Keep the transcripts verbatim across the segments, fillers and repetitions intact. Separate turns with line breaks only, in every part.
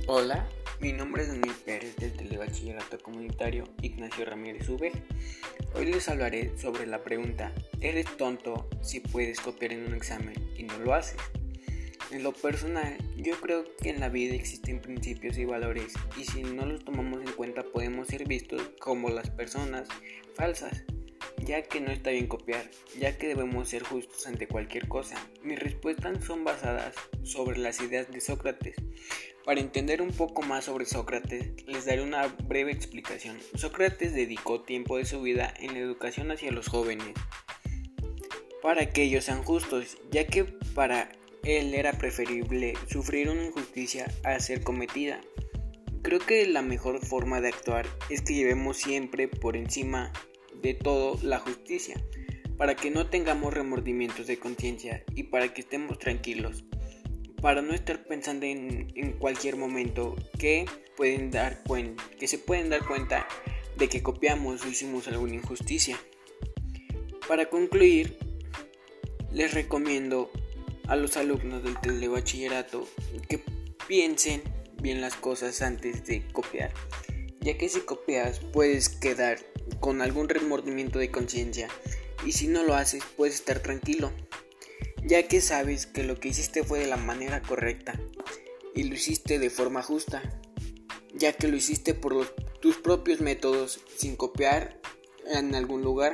Hola, mi nombre es Daniel Pérez del Telebachillerato Comunitario Ignacio Ramírez V. Hoy les hablaré sobre la pregunta: ¿eres tonto si puedes copiar en un examen y no lo haces? En lo personal, yo creo que en la vida existen principios y valores, y si no los tomamos en cuenta podemos ser vistos como las personas falsas, ya que no está bien copiar, ya que debemos ser justos ante cualquier cosa. Mis respuestas son basadas sobre las ideas de Sócrates. Para entender un poco más sobre Sócrates, les daré una breve explicación. Sócrates dedicó tiempo de su vida en la educación hacia los jóvenes, para que ellos sean justos, ya que para él era preferible sufrir una injusticia a ser cometida. Creo que la mejor forma de actuar es que llevemos siempre por encima de todo la justicia, para que no tengamos remordimientos de conciencia y para que estemos tranquilos, para no estar pensando en, en cualquier momento que, pueden dar cuen- que se pueden dar cuenta de que copiamos o hicimos alguna injusticia. Para concluir, les recomiendo a los alumnos del telebachillerato que piensen bien las cosas antes de copiar, ya que si copias puedes quedar con algún remordimiento de conciencia, y si no lo haces puedes estar tranquilo, ya que sabes que lo que hiciste fue de la manera correcta y lo hiciste de forma justa, ya que lo hiciste por los, tus propios métodos sin copiar en algún lugar.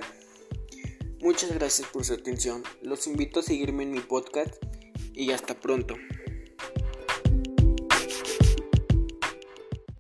Muchas gracias por su atención. Los invito a seguirme en mi podcast y hasta pronto.